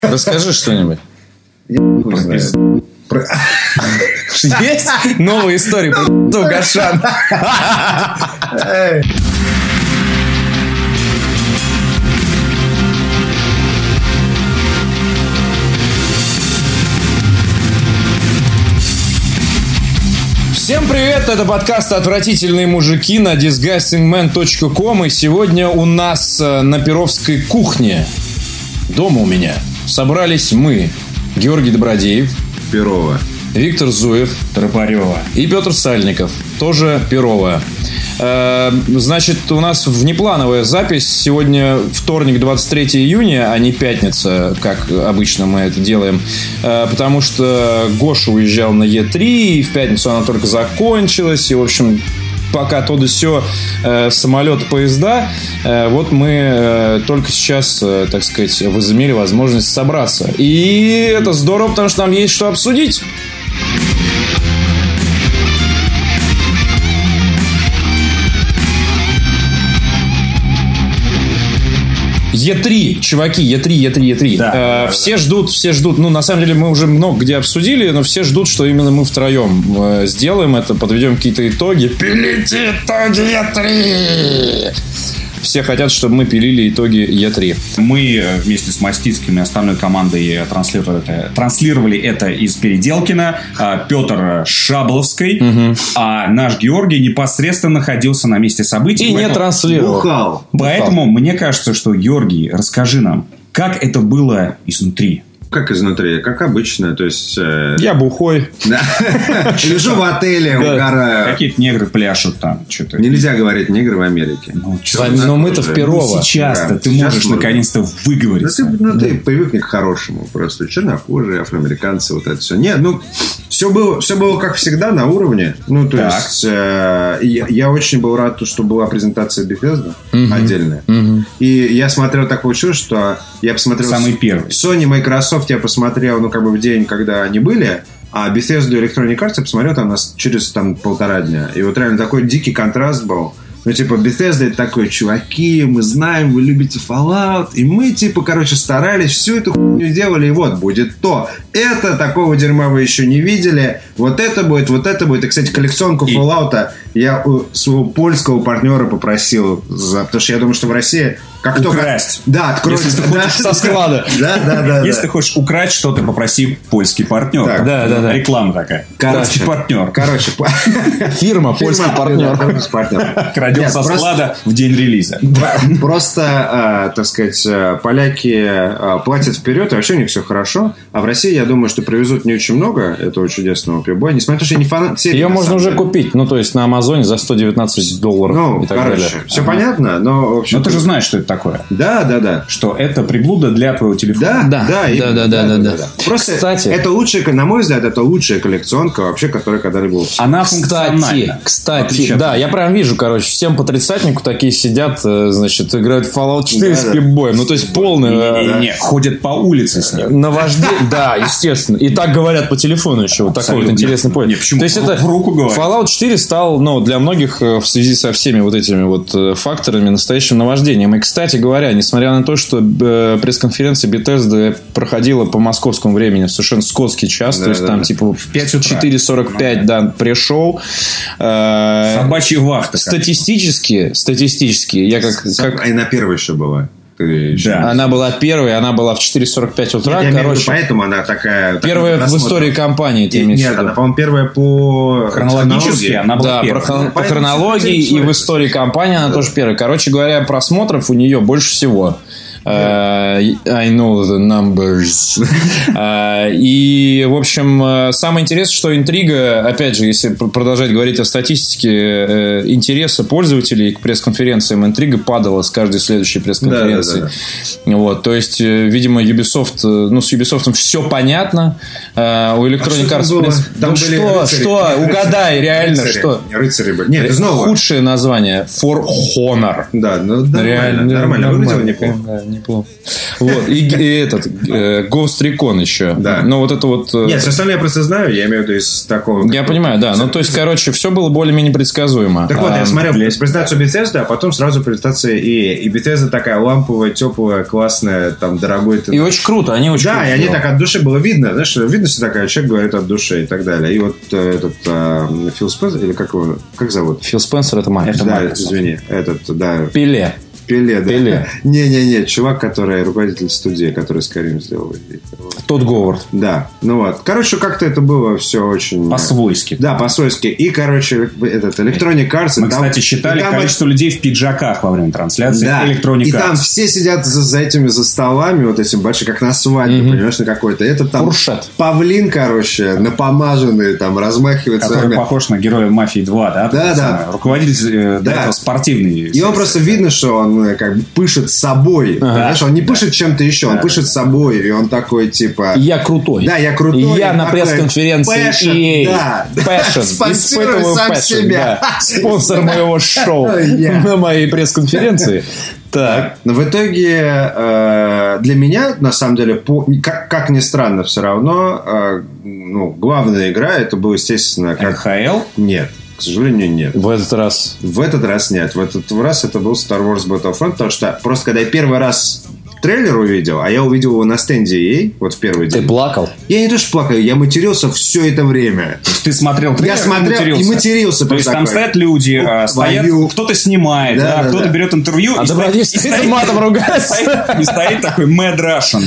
Расскажи что-нибудь. Есть новая история про Гошан. Всем привет, это подкаст «Отвратительные мужики» на disgustingman.com. И сегодня у нас на Перовской кухне, дома у меня, собрались мы, Георгий Добродеев, Перова, Виктор Зуев, Тропарева и Петр Сальников, тоже Перова. Значит, у нас внеплановая запись. Сегодня вторник, 23 июня, а не пятница, как обычно мы это делаем. Потому что Гоша уезжал на Е3, и в пятницу она только закончилась. И, в общем, пока то да сё, самолет, поезда, вот мы только сейчас, так сказать, возымели возможность собраться. И это здорово, потому что нам есть что обсудить. Е3, чуваки, Е3. Да, все ждут. Ну, на самом деле, мы уже много где обсудили, но все ждут, что именно мы втроем сделаем это, подведем какие-то итоги. Пилите итоги Е3! Все хотят, чтобы мы пилили итоги Е3. Мы вместе с Мастицким и остальной командой транслировали это из Переделкина. Петр Шабловской. А наш Георгий непосредственно находился на месте событий. И не транслировал. Поэтому мне кажется, что, Георгий, расскажи нам, как это было изнутри. Как изнутри? Как обычно. То есть, я бухой. Лежу в отеле, угораю. Какие-то негры пляшут там. Что-то. Нельзя говорить негры в Америке. Но мы-то в Перово. Сейчас-то ты можешь наконец-то выговориться. Ты привыкни к хорошему просто. Чернокожие, афроамериканцы, вот это все. Нет, все было как всегда на уровне. Ну, то есть, я очень был рад, что была презентация Bethesda отдельная. И я смотрел, так получилось, что я посмотрел... Самый первый. Sony, Microsoft я посмотрел, в день, когда они были, а Bethesda и Electronic Arts я посмотрел через полтора дня. И вот реально такой дикий контраст был. Bethesda это такой: чуваки, мы знаем, вы любите Fallout, и мы, старались, всю эту хуйню делали, и вот будет то. Это, такого дерьма вы еще не видели. Вот это будет. И, кстати, коллекционку Fallout я у своего польского партнера попросил, потому что я думаю, что в России украсть. Да, откроется. Если ты хочешь со склада. Да. Если ты хочешь украсть что-то, попроси польский партнер. Да. Реклама такая. Польский партнер. Фирма польский партнер. Крадем со склада в день релиза. Просто, так сказать, поляки платят вперед, и вообще у них все хорошо. А в России, я думаю, что привезут не очень много этого чудесного прибоя. Несмотря на то, что я не фанат серии. Ее можно уже купить. Ну, то есть, на Амазоне за $119 и так далее. Все понятно, но, в общем... Но ты же знаешь, что это такое. Да. Что это приблуда для твоего телефона. Да. Просто, кстати, это лучшая, на мой взгляд, это лучшая коллекционка вообще, которая когда-либо была. Она функциональна. Кстати, да, я прям вижу, всем по тридцатнику такие сидят, значит, играют в Fallout 4 с пип-боем. Ну, то есть, полный... Не, ходят по улице с ним. Наваждение, да, естественно. И так говорят по телефону еще. Вот такой вот интересный поинт. Почему? То есть, это в руку говорят. Fallout 4 стал, для многих в связи со всеми вот этими вот факторами настоящим наваждением. И, кстати говоря, несмотря на то, что пресс-конференция Bethesda проходила по московскому времени в совершенно скотский час, то есть, там, в 4:45, пришел. Собачья вахта. Статистически, я как... И на первой еще была. Да. Она была первой, она была в 4:45 утра. Поэтому она такая... Первая в истории компании. Нет, она, по-моему, первая по хронологически. Она была первая. По хронологии и в истории компании она тоже первая. Короче говоря, просмотров у нее больше всего. I know the numbers. И, в общем, самое интересное, что интрига, опять же, если продолжать говорить о статистике интереса пользователей к пресс-конференциям, интрига падала с каждой следующей пресс-конференции. Да. Вот, то есть, видимо, Ubisoft, с Ubisoft все понятно. У Electronic Arts... Что? Угадай, реально, что? Рыцари были. Нет, худшее название. For Honor. Да, нормально. Выглядело неплохо. Неплохо. Вот. И этот Ghost Recon еще. Да. Но вот это вот... Нет, остальное я просто знаю, я имею в виду из такого... Я понимаю, да. Ну, то есть, короче, все было более-менее предсказуемо. Так вот, я смотрел презентацию Bethesda, а потом сразу презентация EA. И Bethesda такая ламповая, теплая, классная, там, дорогой... И очень круто, они очень круто. Да, и они так от души было видно, знаешь, видно, что такая, человек говорит от души и так далее. И вот этот Фил Спенсер, или как его, как зовут? Фил Спенсер, это Microsoft. Да, извини, этот, да. Пеле. Пеле, да. Пеле. Не-не-не, чувак, который руководитель студии, который Skyrim сделал. Тодд Говард. Да, ну вот. Короче, как-то это было все очень... По-свойски. Да, по-свойски. И, короче, этот Electronic Arts... Мы, кстати, считали количество людей в пиджаках во время трансляции Electronic Arts. И там все сидят за этими за столами, вот этим большим, как на свадьбе, понимаешь, на какой-то. Это там фуршет. Павлин, короче, напомаженный, там, размахивает который своими... похож на героя «Мафии 2», да? Да. Руководитель до этого спортивный. И он просто видно, что он как бы пышет собой. Понимаешь, он не пышет чем-то еще, он пышет собой. И он такой, типа... Я крутой. Да, я крутой. Я на пресс-конференции Passion. Испытываю сам себя. Спонсор моего шоу на моей пресс-конференции. Так. Но в итоге для меня, на самом деле, как ни странно, все равно главная игра, это было, естественно... НХЛ? Нет. К сожалению, нет. В этот раз? В этот раз нет. В этот раз это был Star Wars Battlefront, потому что просто когда я первый раз трейлер увидел, а я увидел его на стенде EA, вот в первый день. Ты плакал? Я не то что плакал, я матерился все это время. То есть ты смотрел трейлер? Я смотрел и матерился. То есть там стоят люди, стоят, кто-то снимает, кто-то берет интервью. А добродей стоит матом ругается. И стоит такой Mad Russian.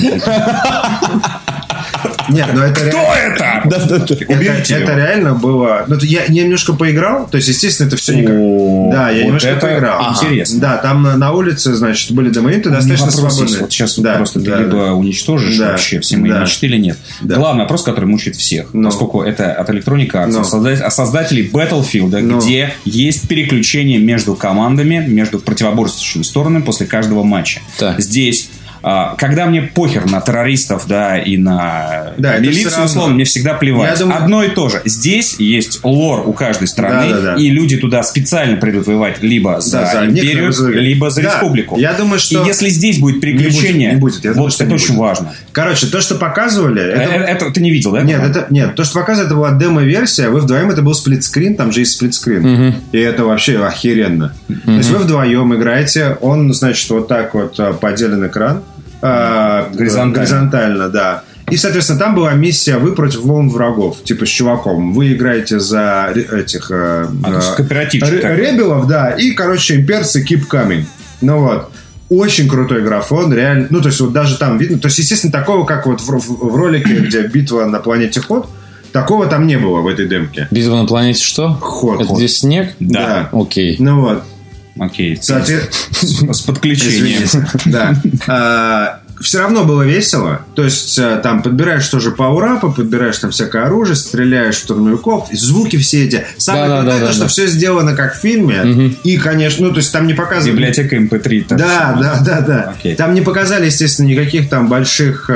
Нет, но это реально... Кто это? Это реально было... Я немножко поиграл, то есть, естественно, это все никак... Да, я немножко поиграл. Интересно. Да, там на улице, значит, были домоинты достаточно свободные. Вот сейчас просто ты либо уничтожишь вообще все мои мечты или нет. Главный вопрос, который мучает всех, поскольку это от Electronic Arts, создателей Battlefield, где есть переключение между командами, между противоборствующими сторонами после каждого матча. Здесь... Когда мне похер на террористов, и на милицию, условно, мне всегда плевать. Одно и то же. Здесь есть лор у каждой страны, и люди туда специально придут воевать либо за империю, либо за республику. Я думаю, что... И если здесь будет переключение, не будет. Вот это очень важно. Короче, то, что показывали... Это ты не видел, да? Нет, то, что показывали, это была демо-версия. Вы вдвоем, это был сплитскрин, там же есть сплитскрин. И это вообще охеренно. То есть вы вдвоем играете, он, значит, вот так вот поделен экран. Горизонтально, да. И, соответственно, там была миссия: вы против волн врагов, типа с чуваком. Вы играете за этих ребелов, да. И, короче, имперцы keep coming. Ну вот. Очень крутой графон, реально. Ну, то есть, вот даже там видно. То есть, естественно, такого, как вот в ролике, где битва на планете Ход, такого там не было в этой демке. Битва на планете что? Ход. Это здесь снег? Да. Окей. Ну вот. Окей. С подключением. Да. Все равно было весело. То есть, там подбираешь тоже пауэрапы, подбираешь там всякое оружие, стреляешь в штурмовиков, звуки все эти. Самое главное, что все сделано как в фильме. И, конечно, то есть там не показывали... Библиотека MP3. Да. Там не показали, естественно, никаких там больших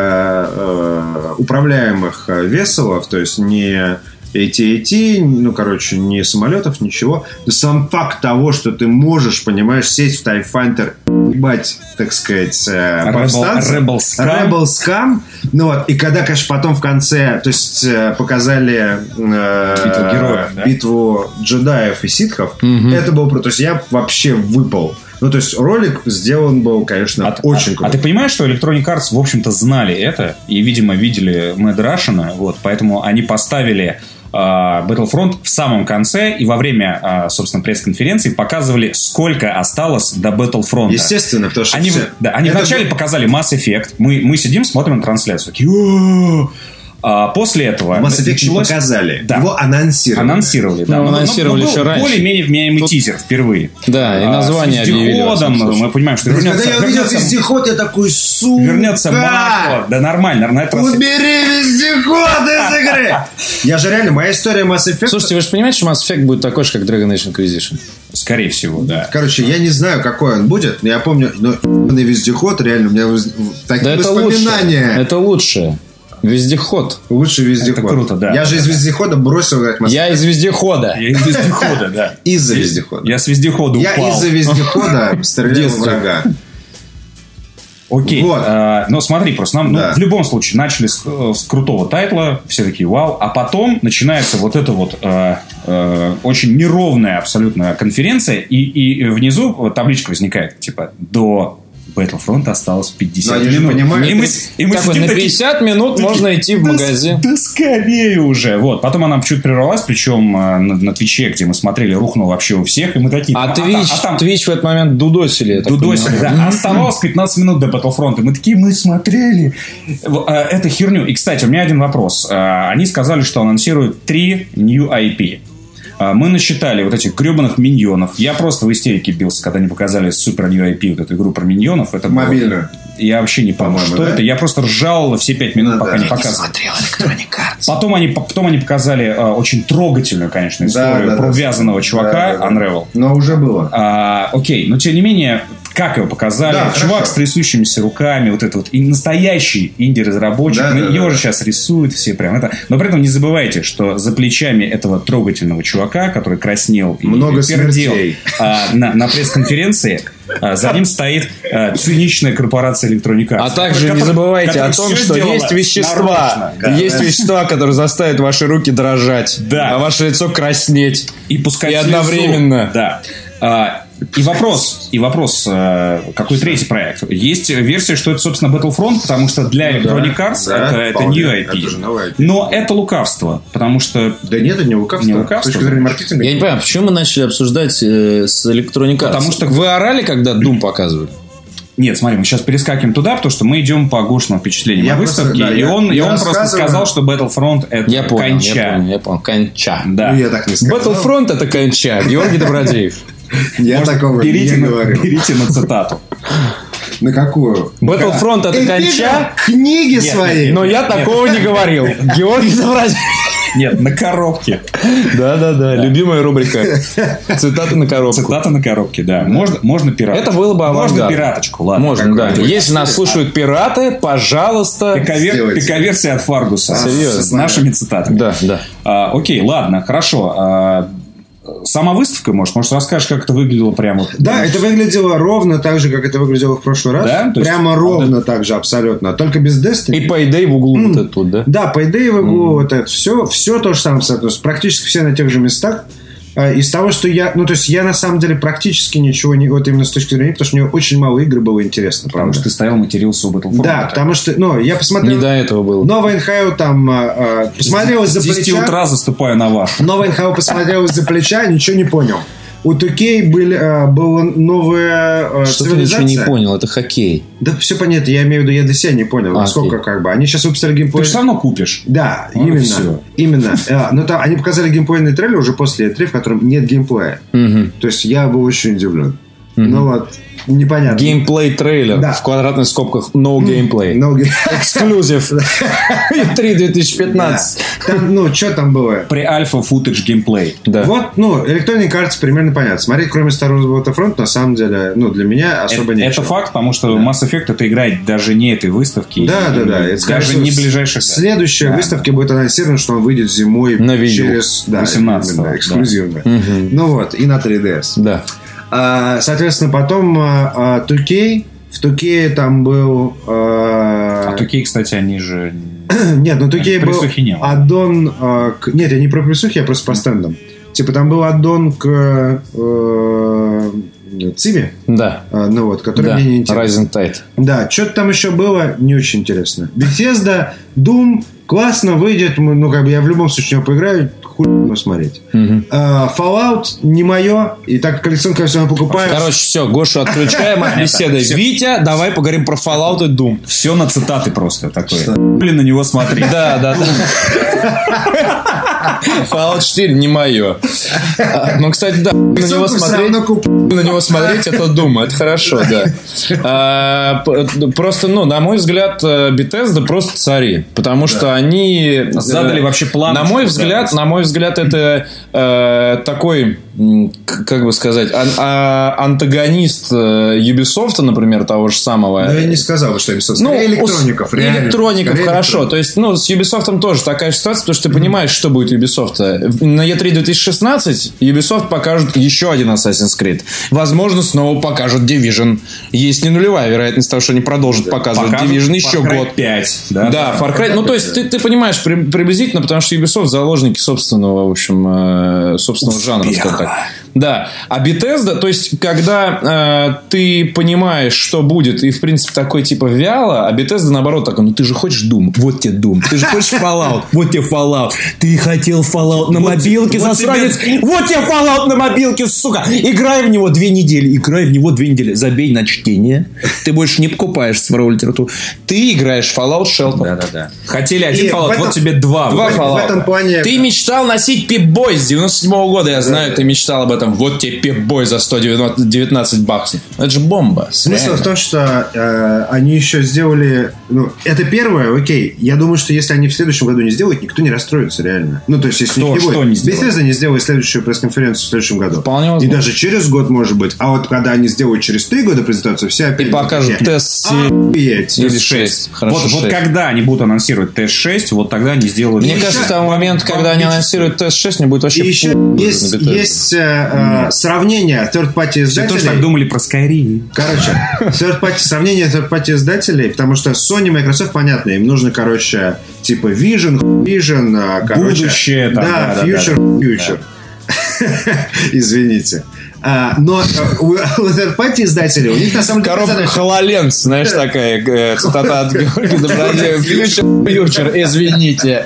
управляемых веселов. То есть, не... не самолетов, ничего. Но сам факт того, что ты можешь, понимаешь, сесть в TIE Fighter, ебать, так сказать, повстанцев. Rebel Scum. Ну вот, и когда, конечно, потом в конце, то есть, показали битву джедаев и ситхов, это было круто. То есть, я вообще выпал. Ну, то есть, ролик сделан был, конечно, очень круто. А ты понимаешь, что Electronic Arts, в общем-то, знали это и, видимо, видели Mad Russian, вот, поэтому они поставили Battlefront в самом конце и во время, собственно, пресс-конференции показывали, сколько осталось до Battlefront. Естественно, потому что... Они вначале показали Mass Effect. Мы сидим, смотрим на трансляцию. Такие... После этого Mass Effect не показали. Да. Его анонсировали. Да. Анонсировали еще раньше. Более-менее вменяемый тизер впервые. Да, и название объявили. С вездеходом, мы понимаем, что вернется... Когда я увидел вездеход, я такой, сука! Вернется Марко. Да нормально. Убери вездеход из игры! Я же реально, моя история Mass Effect... Слушайте, вы же понимаете, что Mass Effect будет такой же, как Dragon Age Inquisition? Скорее всего, да. Короче, я не знаю, какой он будет, но я помню, но вездеход, реально, у меня такие воспоминания. Это лучше. Вездеход. Лучший вездеход. Это круто, да. Я же из вездехода бросил играть Mass Effect. Я из вездехода, да. Из-за вездехода. Я с вездехода упал. Я из-за вездехода стрелял в врага. Окей. Вот. Но смотри, просто нам Да. в любом случае начали с крутого тайтла, все такие вау, а потом начинается вот эта вот очень неровная абсолютно конференция, и внизу табличка возникает, типа, до Battlefront осталось 50 они же минут. понимают, И мы Такой, сидим на такие, 50 минут можно идти в магазин. Да скорее уже. Вот. Потом она чуть прервалась, причем на Твиче, где мы смотрели, рухнул вообще у всех, и мы такие... А там Twitch в этот момент дудосили. я так Дудосили, понимаю. да. Оставалось 15 минут до Battlefront. Мы такие, мы смотрели эту херню. И, кстати, у меня один вопрос. Они сказали, что анонсируют 3 new IP. Мы насчитали вот этих гребаных миньонов. Я просто в истерике бился, когда они показали Super New IP, вот эту игру про миньонов. Это Мобильную. Я вообще не понял, что да? это. Я просто ржал все 5 минут, пока не показывали. Смотрел Electronic Arts. Потом они показали очень трогательную, конечно, историю Да, про да, вязаного чувака да. Unravel. Но уже было. Окей, но тем не менее, как его показали? Да, Чувак хорошо. с трясущимися руками, вот это вот, и настоящий инди-разработчик. Да, да, Его да. же сейчас рисуют все прям это. Но при этом не забывайте, что за плечами этого трогательного чувака, который краснел и Много пердел смертей. на пресс-конференции, за ним стоит циничная корпорация Electronic Arts. А также не которая- забывайте о которая том, всё что сделала есть вещества. нарочно. Да. Есть вещества, которые заставят ваши руки дрожать. Да. А ваше лицо краснеть. И пускать И слезу. одновременно. Да. И вопрос, какой третий проект? Есть версия, что это, собственно, Battlefront, потому что для Electronic Arts это вполне. new IP. Это же новая IP. Но это лукавство, потому что... Да нет, это не лукавство. Не лукавство, С точки зрения маркетинга. Я не понимаю, почему мы начали обсуждать с Electronic Arts? Потому что- Вы орали, когда Doom показывали? Нет, смотри, мы сейчас перескакиваем туда, потому что мы идем по Гошиному впечатлению Я о выставке, просто, да, и он просто рассказываю. сказал, что Battlefront это Я понял, конча. я понял. Конча. Да. Ну, я так не сказал. Battlefront это конча. Георгий Добродеев. Я такого Берите не говорю. берите на цитату. На какую? Battlefront это Ты конча. книги свои. Но я такого не говорил. Георгий Добродеев. Нет, на коробке. Да. Любимая рубрика. Цитаты на коробку. Цитата на коробке, да. Можно пираточку. Это было бы Можно авангард. пираточку, ладно. Можно, да. Какой-нибудь. Если нас слушают пираты, пожалуйста. Сделайте. ПК-версия от Фаргуса. Серьезно? С нашими цитатами. Да. Окей, ладно, хорошо. Сама выставка, может, расскажешь, как это выглядело прямо? Да, это выглядело ровно так же, как это выглядело в прошлый раз. Да? То есть- Прямо ровно так же, абсолютно. Только без Destiny. И Payday в углу вот это тут, да? Да, по идее, в углу вот это все то же самое абсолютно. Практически все на тех же местах. Из того, что я... Ну, то есть, я на самом деле практически ничего не... Вот именно с точки зрения... Потому что мне очень мало игр было интересно, Потому правда. что ты стоял, матерился у Battlefront. Да, потому что... Ну, я посмотрел... Не до этого было. Новый НХЛ там посмотрел из-за С 10 плеча. утра заступаю на ваш. Новый НХЛ посмотрел из-за плеча, ничего не понял. У 2K была новая Что ты цивилизация. ничего не понял, это хоккей. Да все понятно, я имею в виду, я для себя не понял, насколько окей. как бы. Они сейчас выпустили Ты геймплей. же все равно купишь. Да, Вот и именно. всё. Именно. Но там они показали геймплейный трейлер уже после E3, в котором нет геймплея. То есть я был очень удивлен. Ну вот, непонятно. Геймплей трейлер Да. в квадратных скобках no gameplay. No game- Эксклюзив. 3 2015. Да. Там, ну, что там было? При альфа футаж геймплей. Да. Вот, ну, Electronic Arts примерно понятно. Смотреть, кроме Star Wars Battlefront, на самом деле, ну, для меня особо нечего. Это факт, потому что Mass Effect это играет даже не этой выставки. Да. и Это, скорее даже всего, не ближайших. Следующая Да. выставка будет анонсирована, что он выйдет зимой На Wii U. через 18-го, именно, эксклюзивно. да. Ну вот, и на 3DS. Да. Соответственно, потом 2K. В 2K там был... А 2K, кстати, они же... Нет, ну 2K был Присухи не было. аддон... Нет, я не про присухи, я просто по стендам. Типа там был аддон к Циме, Да. ну вот, который Да. мне не интересен. Rising Tide. Да, что-то там еще было не очень интересно. Bethesda, Doom, классно выйдет, ну как бы я в любом случае его поиграю, хуй посмотреть. Fallout не мое, и так как коллекционка я все равно покупаю. Короче, все, Гошу отключаем от беседы. Витя, давай поговорим про Fallout и Doom. Все на цитаты просто такое. Блин, на него смотри. Да. Fallout 4 не мое. Ну, кстати, да. На него Коллекционку всё равно смотреть, куплю. на него смотреть, это Doom. Это хорошо, да. Просто, ну, на мой взгляд, Bethesda просто цари. Потому что они... Задали вообще план. На мой взгляд, это такой как бы сказать, антагонист Ubisoft, например, того же самого. Ну, я не сказал бы, что Ubisoft. Электроников, реально. Электроников, хорошо. То есть, с Ubisoft тоже такая же ситуация, потому что ты понимаешь, что будет у Ubisoft. На E3 2016 Ubisoft покажут еще один Assassin's Creed. Возможно, снова покажут Division. Есть не нулевая вероятность того, что они продолжут показывать Division еще Far Cry год. 5. Да, Far Cry. То есть, ты понимаешь приблизительно, потому что Ubisoft заложники собственного, в общем, собственного жанра, скажем так. Да. А Bethesda, то есть, когда ты понимаешь, что будет, и, в принципе, такой типа вяло, а Bethesda, наоборот, такой, ты же хочешь Doom? Вот тебе Doom. Ты же хочешь Fallout? Вот тебе Fallout. Ты хотел Fallout на мобилке, засранец. Вот тебе Fallout на мобилке, сука. Играй в него 2 недели. Забей на чтение. Ты больше не покупаешь цифровую литературу. Ты играешь Fallout Shelter. Да. Хотели один Fallout, вот тебе 2. Два Fallout. В этом плане... Ты мечтал носить Pip-Boy с 97-го года. Я знаю, ты мечтал об этом. Вот тебе Pip-Boy за $119. Это же бомба. Смысл реально. в том, что они еще сделали... это первое, окей. Я думаю, что если они в следующем году не сделают, никто не расстроится, реально. То есть, если Кто, не что будет. не сделает? Bethesda не сделает следующую пресс-конференцию в следующем году. Вполне возможно. И даже через год, может быть. А вот когда они сделают через 3 года презентацию, все опять... И покажут тест Или 6. Хорошо, Вот 6. когда они будут анонсировать TS6, вот тогда они сделают... Мне кажется, в тот момент, когда они анонсируют TS6, мне будет вообще И еще есть сравнение third-party Все тоже так издателей. думали про Skyrim. Короче, сравнение third-party издателей, потому что Sony и Microsoft, понятно, им нужно, типа Vision, Будущее там, да, Future. Извините. Но у third-party издателей у них на самом деле... Коробка HoloLens, знаешь, такая цитата от Георгия Добродеева. Future, извините.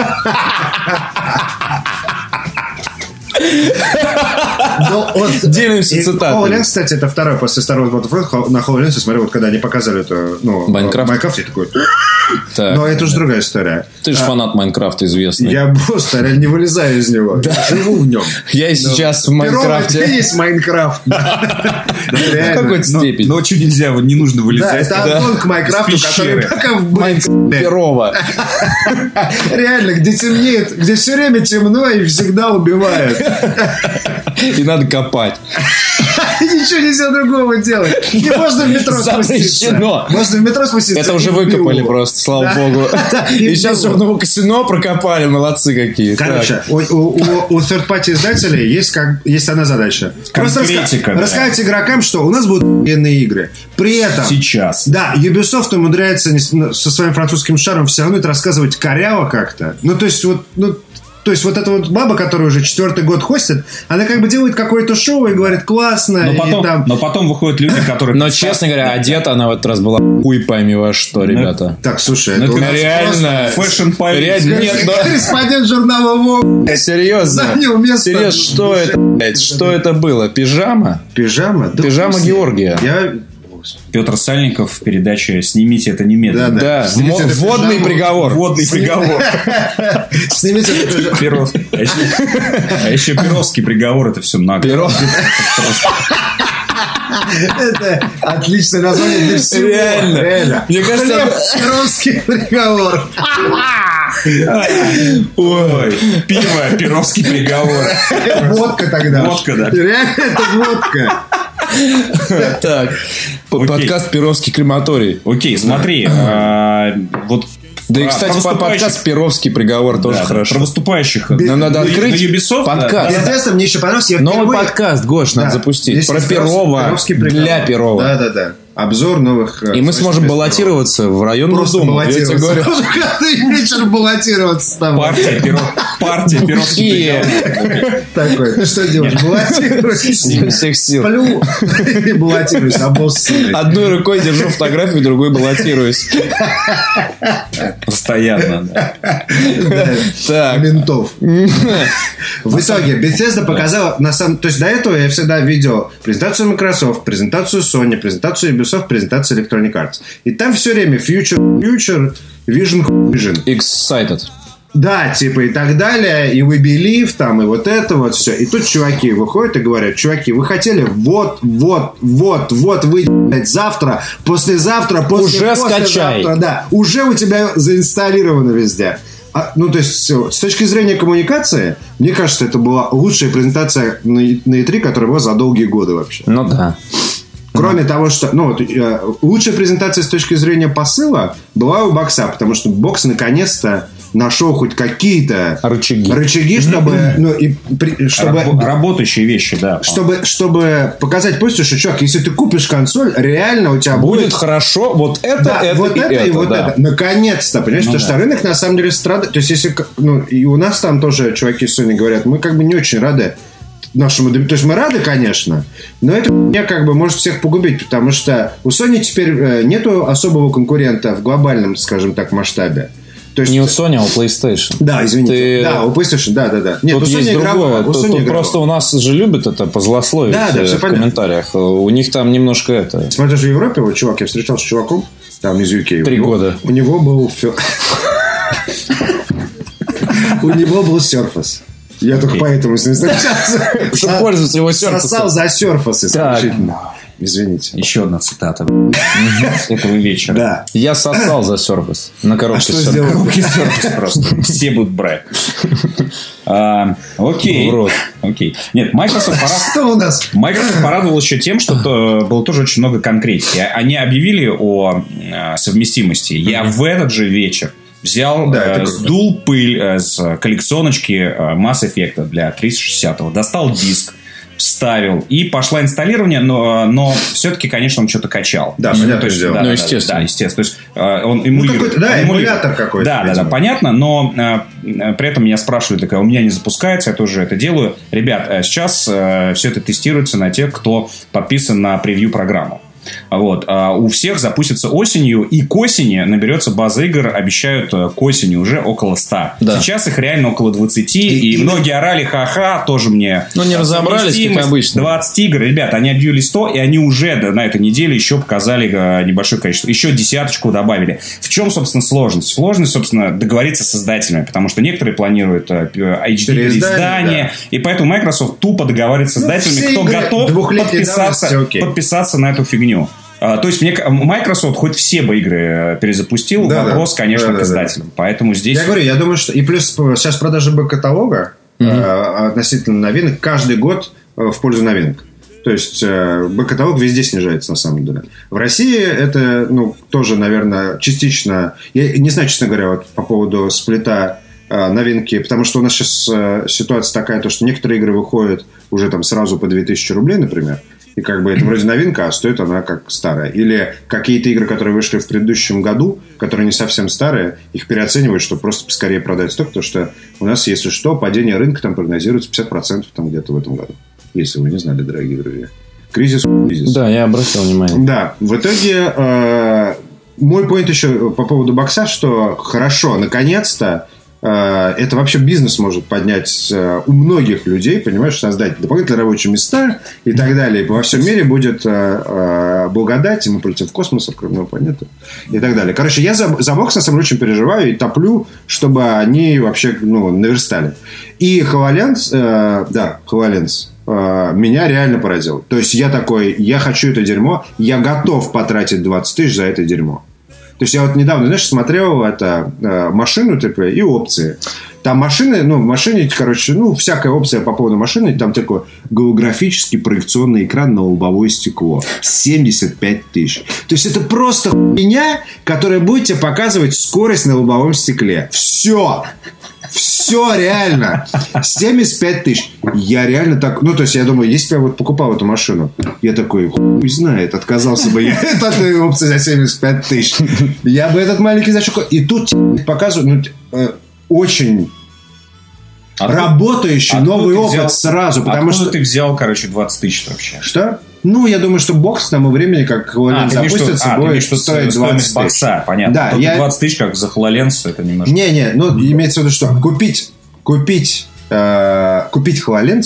Делимся цитатами. HoloLens, кстати, это второй после Star Wars Battlefront. На HoloLens я смотрел, вот когда они показали это, Майнкрафт, я такой... Но это уже другая история. Ты же фанат Майнкрафта известный. Я просто реально не вылезаю из него. Я живу в нем. Я и сейчас в Майнкрафте. Это есть Майнкрафт. В какой-то степени. Но что нельзя, не нужно Да, вылезать. это аддон к Майнкрафту, который пока в Майнкрафте. Перова. Реально, где темнеет, где все время темно и всегда убивают. И надо копать. Ничего нельзя другого делать. Не можно в метро спуститься. Запрещено. Можно в метро спуститься. Это уже выкопали просто, слава богу. И сейчас уже новое казино прокопали. Молодцы какие. Короче, у third-party издателей есть одна задача. Конкретика, да. Рассказать игрокам, что у нас будут охуенные игры. При этом... Сейчас. Да, Ubisoft умудряется со своим французским шаром все равно это рассказывать коряво как-то. То есть вот эта вот баба, которая уже 4-й год хостит, она как бы делает какое-то шоу и говорит классно. Но потом выходят люди, которые... Но, честно говоря, одета она в этот раз была хуй пойми во что, ребята. Так, слушай, это реально... Fashion Police. Нет, корреспондент журнала Vogue. Серьезно? Занял место. Серьезно, что это, блядь? Что это было? Пижама? Пижама? Да, Пижама Георгия. Петр Сальников в передаче «Снимите это немедленно». Да, вводный приговор. Вводный приговор. Снимите это. А еще Перовский приговор, это все нагло. Это отличное название для всего. Реально. Мне кажется, Перовский приговор. Ой, пиво, Перовский приговор. Водка тогда. Водка, да. Реально, это водка. Так, подкаст «Перовский крематорий». Окей, смотри, вот... Да и, кстати, подкаст «Перовский приговор» тоже хорошо. Про выступающих. Нам надо открыть Ubisoft, подкаст. Интересно, мне еще понравился. Новый подкаст, Гош, надо запустить. Про Перова, для Перова. Да. Обзор новых... И мы сможем баллотироваться в районную думу. Я тебе говорю. Каждый вечер баллотироваться там. Партия Перовский. Такой, ты что делаешь? Баллотируйся. Всех сил. Сплю и баллотируюсь, обоссанный. Одной рукой держу фотографию, другой баллотируюсь. Постоянно, да. Так. Ментов. В итоге Bethesda показала... То есть до этого я всегда видел презентацию Microsoft, презентацию Sony, презентацию Ubisoft, презентацию Electronic Arts. И там все время Future, Vision. Excited. Да, типа и так далее, и We Believe, там, и вот это вот все. И тут чуваки выходят и говорят: чуваки, вы хотели вот, вы, блядь, завтра, послезавтра, Уже скачай. да, уже у тебя заинсталлировано везде. то есть, с точки зрения коммуникации, мне кажется, это была лучшая презентация на E3, которая была за долгие годы вообще. Ну да. Кроме того, что... лучшая презентация с точки зрения посыла была у бокса, потому что бокс наконец-то нашел хоть какие-то рычаги, чтобы... Работающие вещи, да. Чтобы показать пользу, что, чувак, если ты купишь консоль, реально у тебя будет хорошо вот это, да, это вот и это. И вот да. это. Наконец-то, понимаешь? Потому что рынок на самом деле страдает. То есть, если... и у нас там тоже чуваки с Sony говорят, мы как бы не очень рады нашему... То есть, мы рады, конечно, но это меня как бы может всех погубить, потому что у Sony теперь нету особого конкурента в глобальном, скажем так, масштабе. То есть... Не у Sony, а у PlayStation. Да, извините. Да, у PlayStation, да. Нет, тут у Sony есть другое. Тут просто у нас же любят это позлословить в комментариях. У них там немножко это... Смотришь, в Европе, вот чувак, я встречался с чуваком, там из UK. 3 года. У него был... У него был Surface. Я только поэтому с ним встречался. Чтобы пользоваться его Surface. Сосал за Surface исключительно. Извините. Еще одна цитата этого вечера. Да. Я сосал за Surface. На коробке Surface. На коробке Surface просто. Все будут брать. Окей. Нет, Microsoft порадовал еще тем, что было тоже очень много конкретики. Они объявили о совместимости. Я в этот же вечер взял, сдул пыль с коллекционочки Mass Effect для 360-го, достал диск, вставил, и пошло инсталлирование, но все-таки, конечно, он что-то качал. Да, понятно, естественно. Да, естественно. То есть, он эмулирует. Эмулятор какой-то. Да, понятно, но при этом меня спрашивали, у меня не запускается, я тоже это делаю. Ребят, сейчас все это тестируется на тех, кто подписан на превью-программу. Вот. У всех запустится осенью, и к осени наберется база игр, обещают к осени уже около 100. Да. Сейчас их реально около 20, и многие орали, ха-ха, тоже мне... не разобрались, как обычно. 20 игр, ребят, они объявили 100, и они уже на этой неделе еще показали небольшое количество. Еще 10 добавили. В чем, собственно, сложность? Сложность, собственно, договориться с издателями, потому что некоторые планируют HD-переиздание, и поэтому Microsoft тупо договаривается с издателями, кто готов подписаться на эту фигню. То есть, Microsoft хоть все бы игры перезапустил, вопрос, конечно, к издателям. Поэтому здесь... Я думаю, что... И плюс сейчас продажи бэк-каталога относительно новинок каждый год в пользу новинок. То есть, бэк-каталог везде снижается, на самом деле. В России это, тоже, наверное, частично... Я не знаю, честно говоря, вот по поводу сплита новинки, потому что у нас сейчас ситуация такая, что некоторые игры выходят уже там сразу по 2000 рублей, например. И как бы это вроде новинка, а стоит она как старая. Или какие-то игры, которые вышли в предыдущем году, которые не совсем старые, их переоценивают, чтобы просто поскорее продать сток. Потому что у нас, если что, падение рынка там прогнозируется 50% там где-то в этом году. Если вы не знали, дорогие друзья. Кризис. Да, я обратил внимание. Да, в итоге мой поинт еще по поводу бокса, что хорошо, наконец-то это вообще бизнес может поднять у многих людей, понимаешь, создать дополнительные рабочие места и так далее. Во всем мире будет благодать, и мы полетим в космос, откроем новую планету и так далее. Короче, я за бокс на самом деле очень переживаю и топлю, чтобы они вообще наверстали. И HoloLens, меня реально поразил. То есть, я такой, я хочу это дерьмо, я готов потратить 20 тысяч за это дерьмо. То есть, я вот недавно, знаешь, смотрел машину, типа, и опции. Там машины, в машине, короче, всякая опция по поводу машины. Там такой голографический проекционный экран на лобовое стекло. 75 тысяч. То есть, это просто хуйня, которая будет тебе показывать скорость на лобовом стекле. Все, реально. 75 тысяч. Я реально так... то есть, я думаю, если бы я вот покупал эту машину, я такой, хуй знает, отказался бы я от этой опции за 75 тысяч. Я бы этот маленький значок... И тут показывают очень работающий новый опыт сразу. Потому что ты взял, 20 тысяч вообще? Что? Я думаю, что бокс к тому времени, как HoloLens запустится, будет стоить 20 бокса, понятно. Да, 20 тысяч, как за HoloLens, это немножко... имеется в виду, что купить HoloLens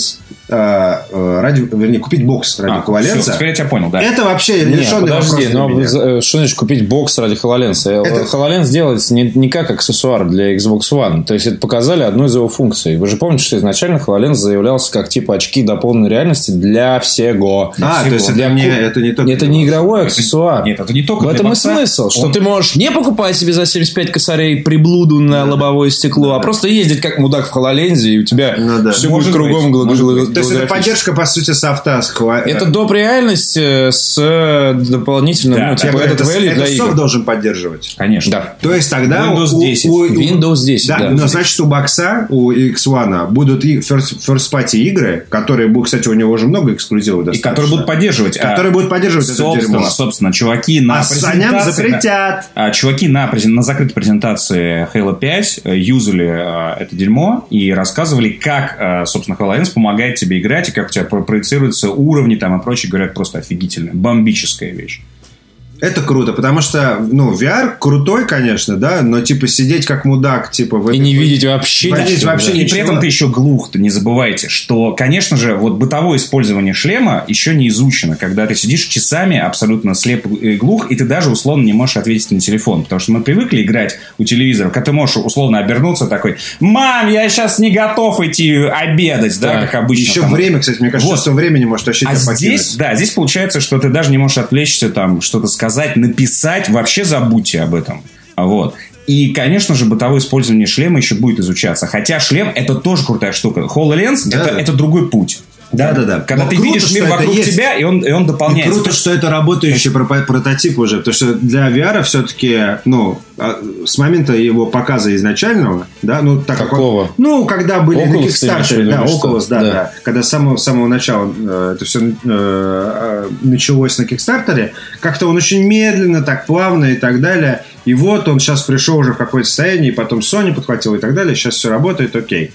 купить бокс ради HoloLens. Все, теперь я тебя понял, да. Это вообще решенный вопрос для меня. Что значит купить бокс ради HoloLens? HoloLens делается не как аксессуар для Xbox One. То есть, это показали одну из его функций. Вы же помните, что изначально HoloLens заявлялся как типа очки дополненной реальности для всего. То есть, это не только... Это не игровой аксессуар. Нет, это не только в этом и смысл, что ты можешь не покупать себе за 75 косарей приблуду на лобовое стекло, а просто ездить как мудак в HoloLens, и у тебя все будет кругом. То есть, это поддержка, по сути, софта. Это доп. Реальность с дополнительным, это софт должен поддерживать. Конечно. Да. То есть, тогда Windows 10. Windows 10, да. Но, значит, у бокса, у X1 будут и first-party игры, которые будут, кстати, у него уже много эксклюзивов достаточно. И которые будут поддерживать. Которые будут поддерживать это дерьмо. Собственно, чуваки на Саням запретят. Чуваки на закрытой презентации Halo 5 юзали это дерьмо и рассказывали, как, собственно, HoloLens помогает тебе играть, и как у тебя проецируются уровни там и прочее. Говорят, просто офигительная, бомбическая вещь. Это круто, потому что, VR крутой, конечно, да, но, типа, сидеть как мудак, типа... И не видеть вообще ничего. И при этом ты еще глух, не забывайте, что, конечно же, вот бытовое использование шлема еще не изучено, когда ты сидишь часами абсолютно слеп и глух, и ты даже, условно, не можешь ответить на телефон, потому что мы привыкли играть у телевизора, когда ты можешь, условно, обернуться такой: «Мам, я сейчас не готов идти обедать», да, как обычно. Еще время, кстати, мне кажется, что времени может вообще тебя покинуть. Здесь получается, что ты даже не можешь отвлечься, там, что-то сказать, написать, вообще забудьте об этом. Вот. И, конечно же, бытовое использование шлема еще будет изучаться. Хотя шлем — это тоже крутая штука. HoloLens это другой путь. Да. Когда ты видишь мир вокруг тебя, и он дополняется. И круто, что это работающий прототип уже. Потому что для VR все-таки, с момента его показа изначального, да, так какого? Как он, когда были Oculus, на Kickstarter, Oculus, да. Когда с самого начала это все началось на Kickstarter, как-то он очень медленно, так плавно и так далее. И вот он сейчас пришел уже в какое-то состояние, и потом Sony подхватил и так далее. Сейчас все работает, окей.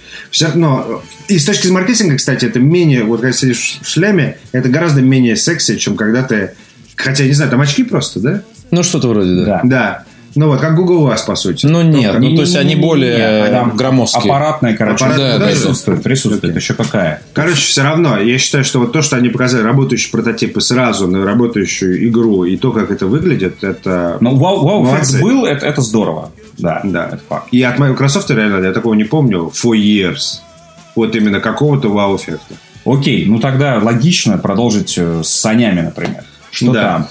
Но и с точки зрения маркетинга, кстати, это менее, вот когда сидишь в шлеме, это гораздо менее секси, чем когда ты... Хотя, не знаю, там очки просто, да? Что-то вроде, да. Да. Как Google Glass, по сути. Нет. То есть, они более громоздкие. Аппаратная, присутствует. Еще какая. Все равно, я считаю, что вот то, что они показали работающий прототип и сразу на работающую игру, и то, как это выглядит, это... Вау-эффект был, это здорово. Да, это факт. И от Microsoft, реально, я такого не помню, for years. Вот именно какого-то вау-эффекта. Окей, тогда логично продолжить с санями, например. Что там?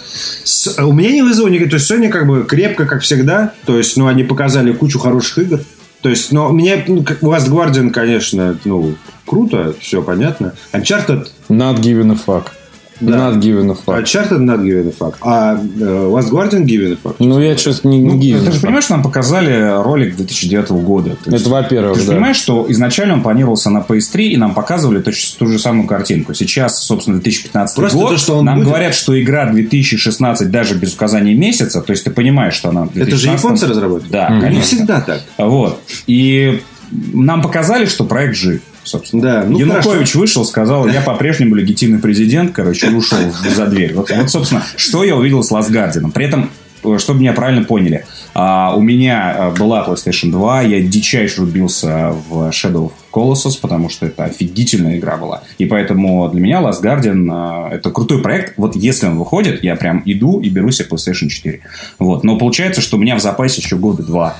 У меня не вызвало никаких... То есть, Sony как бы крепко, как всегда. То есть, они показали кучу хороших игр. То есть, мне Last Guardian, конечно, круто, все понятно. Uncharted... Not giving a fuck. Да. Not given a fuck. Uncharted not given a fuck. А Last Guardian given a fuck. Я что-то не given. Ты же понимаешь, что нам показали ролик 2009 года. Это во-первых, Ты же понимаешь, что изначально он планировался на PS3, и нам показывали ту же самую картинку. Сейчас, собственно, 2015 год. Нам говорят, что игра 2016 даже без указания месяца. То есть, ты понимаешь, что она... Это же японцы разработали? Да, конечно. Не всегда так. Вот. И нам показали, что проект жив. Собственно. Да, Янукович вышел, сказал: я по-прежнему легитимный президент, и ушел за дверь. Вот, собственно, что я увидел с Last Guardian. При этом, чтобы меня правильно поняли, у меня была PlayStation 2, я дичайше рубился в Shadow of Colossus, потому что это офигительная игра была. И поэтому для меня Last Guardian это крутой проект. Вот если он выходит, я прям иду и беру себе PlayStation 4. Вот. Но получается, что у меня в запасе еще года 2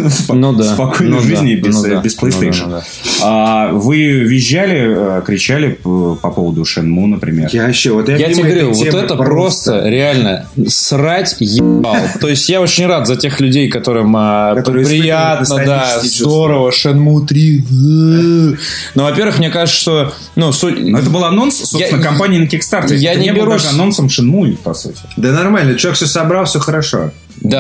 спокойной жизни без PlayStation. Вы визжали, кричали по поводу Shenmue, например? Я тебе говорил, вот это просто реально срать ебал. То есть я очень рад за тех людей, которым приятно, да, здорово, Shenmue 3. Но, во-первых, мне кажется, что... Но это был анонс, собственно, компании на Kickstarter. Я не беру даже анонсом Shenmue, по сути. Да нормально, человек все собрал, все хорошо.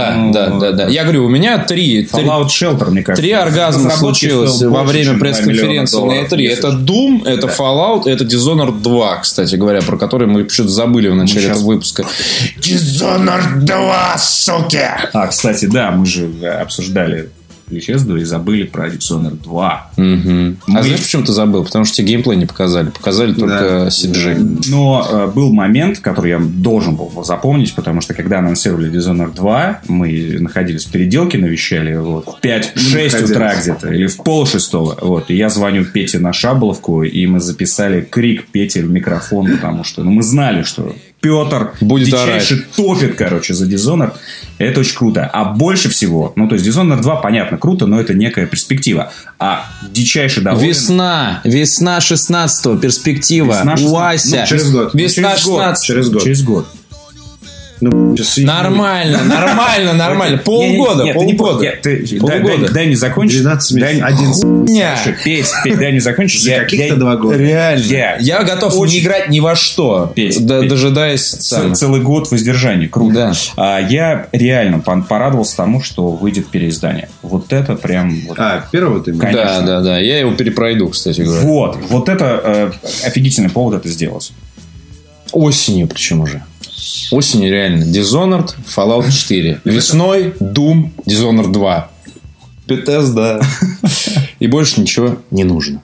Да. Я говорю, у меня Fallout Shelter, мне кажется. 3 оргазма случилось во время пресс-конференции на E3. Это Doom, это Fallout, это Dishonored 2, кстати говоря, про который мы почему-то забыли в начале этого выпуска. Dishonored 2, суки! Кстати, да, мы же обсуждали Bethesda и забыли про Dishonored 2. А знаешь, почему ты забыл? Потому что тебе геймплей не показали. Показали только CG. Но был момент, который я должен был запомнить, потому что когда анонсировали Dishonored 2, мы находились в переделке, навещали в 5-6 утра где-то, или в 5:30. Вот, и я звоню Пете на Шаболовку, и мы записали крик Пете в микрофон, потому что мы знали, что Петр будет дичайше орать. топит, за Dishonored. Это очень круто. А больше всего, то есть Dishonored 2, понятно, круто, но это некая перспектива. А дичайше доволен... Весна 16-го, перспектива. Весна 16-го. Вася. Через год. Весна 16-го. Через год. Нормально. Полгода. Дай не закончить. 12 месяцев. 11. Петь, дай не закончить. За каких-то 2 года. Реально. Я готов не играть ни во что, дожидаясь целый год воздержания. Круто. Да. Я реально порадовался тому, что выйдет переиздание. Вот это прям... Первого ты? Конечно. Да. Я его перепройду, кстати говоря. Вот это офигительный повод это сделать. Осенью причем уже. Осенью реально. Dishonored, Fallout 4. Весной Doom, Dishonored 2. Bethesda. И больше ничего не нужно.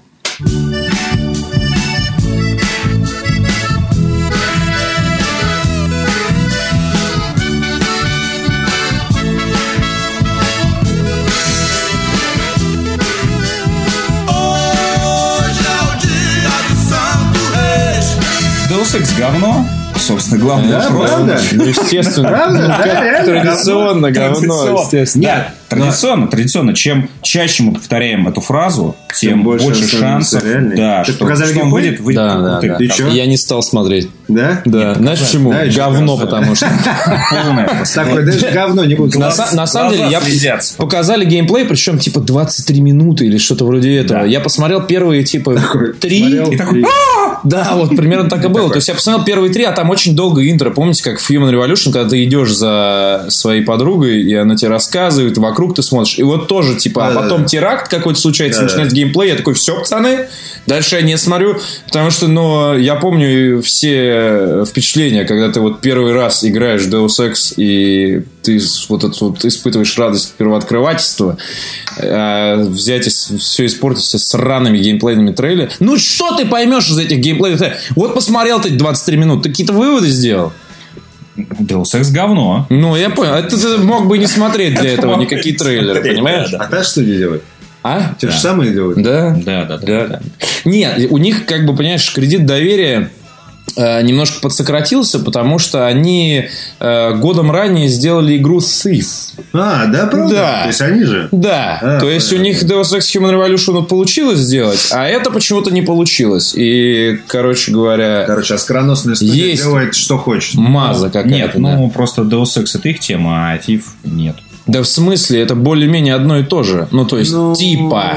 Deus Ex говно. Собственно, главный вопрос. Правда? Ну, естественно. Традиционно говно, естественно. Нет, традиционно. Чем чаще мы повторяем эту фразу, тем больше шансов, да, что он выйдет крутым. Ты что? Я не стал смотреть. Да? Да. Знаешь почему? Говно, потому что. Такое даже говно не будет. На самом деле, показали геймплей, причем типа 23 минуты или что-то вроде этого. Я посмотрел первые типа 3. И такой... Да, вот примерно так и было. То есть я посмотрел первые 3, а там очень долго интро. Помните, как в Human Revolution, когда ты идешь за своей подругой, и она тебе рассказывает, вокруг ты смотришь. И вот тоже, типа, а потом теракт какой-то случается, начинается геймплей. Я такой, все, пацаны, дальше я не смотрю. Потому что, я помню все впечатления, когда ты вот первый раз играешь в Deus Ex, и ты вот это вот испытываешь радость первооткрывательства, взять и все испортить со сраными геймплейными трейлерами. Ну, что ты поймешь из этих геймплейных? Вот посмотрел ты 23 минут, ты какие-то выводы сделал? Deus Ex говно. Ну, я понял. Это ты мог бы не смотреть для этого никакие трейлеры, понимаешь? А та что делает? А? Те же самые делают? Да. Нет, у них, как бы, понимаешь, кредит доверия немножко подсократился, потому что они годом ранее сделали игру Thief. Да, правда? Да. То есть они же? Да. То есть у них Deus Ex Human Revolution получилось сделать, а это почему-то не получилось. И, короче говоря... оскароносная студия делает, что хочет. Маза какая-то. Нет, просто Deus Ex это их тема, а Thief нет. Да в смысле, это более-менее одно и то же. Ну, то есть, типа.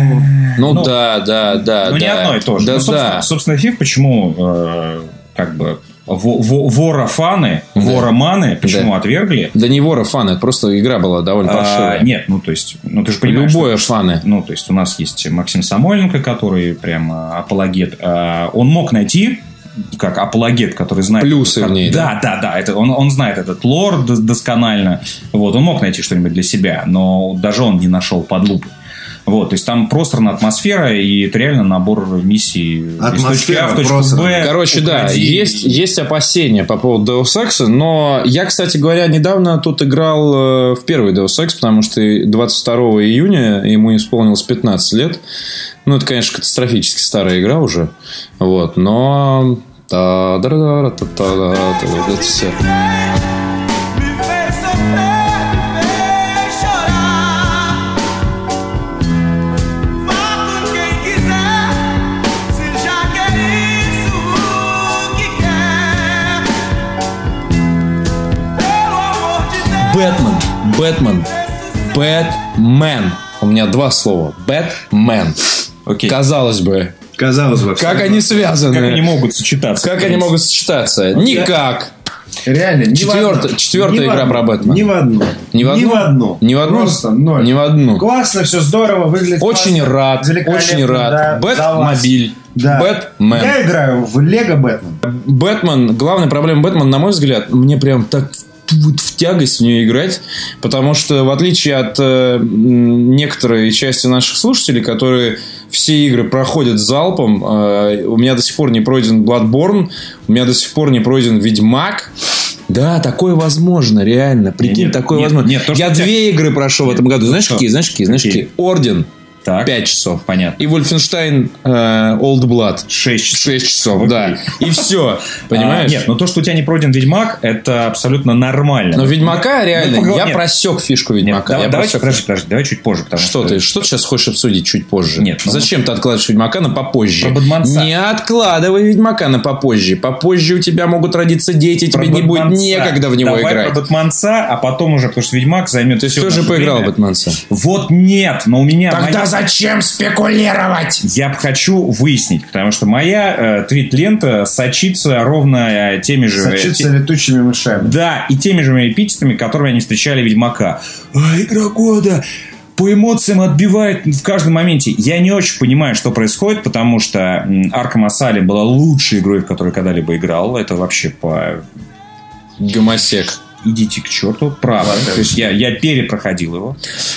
Да. Не одно и то же. Собственно, Thief почему вора-фаны, вора-маны почему отвергли? Да не вора-фаны, это просто игра была довольно паршивая. Нет, ты же понимаешь. Любое фаны. То есть, у нас есть Максим Самойленко, который прям апологет. Он мог найти... как апологет, который знает... Плюсы в ней. Да. Это, он знает этот лор досконально. Вот, он мог найти что-нибудь для себя, но даже он не нашел под лупой. Вот, то есть там просторная атмосфера и это реально набор миссий из точки А в точку Б. Короче, да, есть опасения по поводу Deus Ex, но я, кстати говоря, недавно тут играл в первый Deus Ex, потому что 22 июня ему исполнилось 15 лет. Ну, это, конечно, катастрофически старая игра уже. Вот, но... Это все. Бэтмен. У меня 2 слова. Бэтмен. Окей. Казалось бы. Как они связаны? Как они могут сочетаться? Никак. Реально, четвертая игра про Бэтмена. Ни в одну. Ни в одну? Просто ноль. Ни в одну. Классно, все здорово, выглядит Очень классно, рад. Бэтмобиль. Да. Бэтмен. Я играю в Лего Бэтмен. Бэтмен, главная проблема Бэтмена, на мой взгляд, мне прям так вот в тягость в нее играть, потому что в отличие от некоторой части наших слушателей, которые все игры проходят залпом, у меня до сих пор не пройден Bloodborne, у меня до сих пор не пройден Ведьмак. Да, такое возможно, реально. Прикинь, такое возможно. Я 2 игры прошел в этом году. Знаешь, какие? Орден. Так. 5 часов. Понятно. И Wolfenstein Old Blood. 6 часов, да. И все. Понимаешь? Нет, но то, что у тебя не пройден Ведьмак, это абсолютно нормально. Но Ведьмака реально, я просек фишку Ведьмака. Подожди, давай чуть позже. Что ты сейчас хочешь обсудить чуть позже? Нет. Зачем ты откладываешь Ведьмака на попозже? Про Бадманца. Не откладывай Ведьмака на попозже. Попозже у тебя могут родиться дети, тебе не будет некогда в него играть. Давай про Бадманца, а потом уже, потому что Ведьмак займет. Ты тоже поиграл в Бадманца? Вот нет, но у меня... Тогда зачем спекулировать? Я хочу выяснить, потому что моя твит-лента сочится ровно теми же... Сочится летучими мышами. Да, и теми же эпитетами, которыми они встречали Ведьмака. Игра года! По эмоциям отбивает в каждом моменте. Я не очень понимаю, что происходит, потому что Arkham Asylum была лучшей игрой, в которой когда-либо играл. Это вообще по... Гомосек. Идите к черту, правда. То есть я перепроходил его.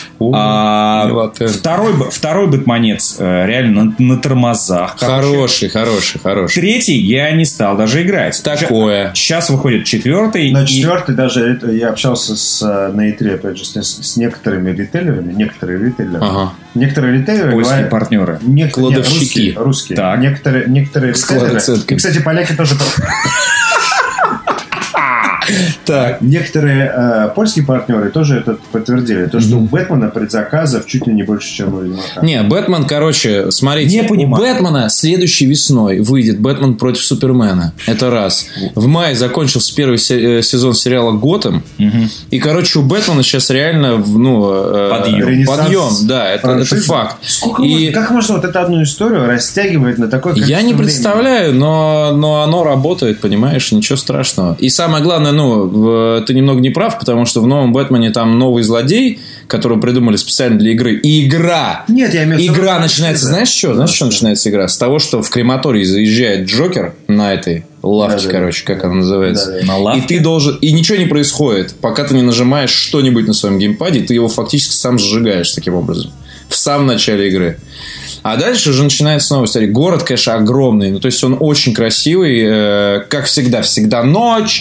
Второй Бэтменец реально на тормозах. Хороший. Третий я не стал даже играть. Такое. Сейчас выходит 4-й. На 4-й даже я общался на E3, опять же, с некоторыми ритейлерами. Некоторые ритейлеры польские партнеры. Кладовщики. Русские. Так. Некоторые ритейлеры. И, кстати, поляки тоже... Так. Некоторые польские партнеры тоже это подтвердили. То, что у Бэтмена предзаказов чуть ли не больше, чем у Ведьмака. Не, Бэтмен, короче, смотрите. У Бэтмена следующей весной выйдет Бэтмен против Супермена. Это раз. В мае закончился первый сезон сериала «Готэм». И, короче, у Бэтмена сейчас реально подъем. Да, это факт. Как можно вот эту одну историю растягивать на такое количество времени? Я не представляю, но оно работает, понимаешь, ничего страшного. И самое главное, ты немного не прав, потому что в новом Бэтмене там новый злодей, которого придумали специально для игры. И игра! Нет, я имею в виду... Игра начинается... Знаешь, что начинается игра? С того, что в крематорий заезжает Джокер на этой лавке, как она называется. На лавке? И ты должен... И ничего не происходит, пока ты не нажимаешь что-нибудь на своем геймпаде, ты его фактически сам сжигаешь таким образом. В самом начале игры. А дальше уже начинается снова история. Город, конечно, огромный. То есть, он очень красивый. Как всегда. Всегда ночь,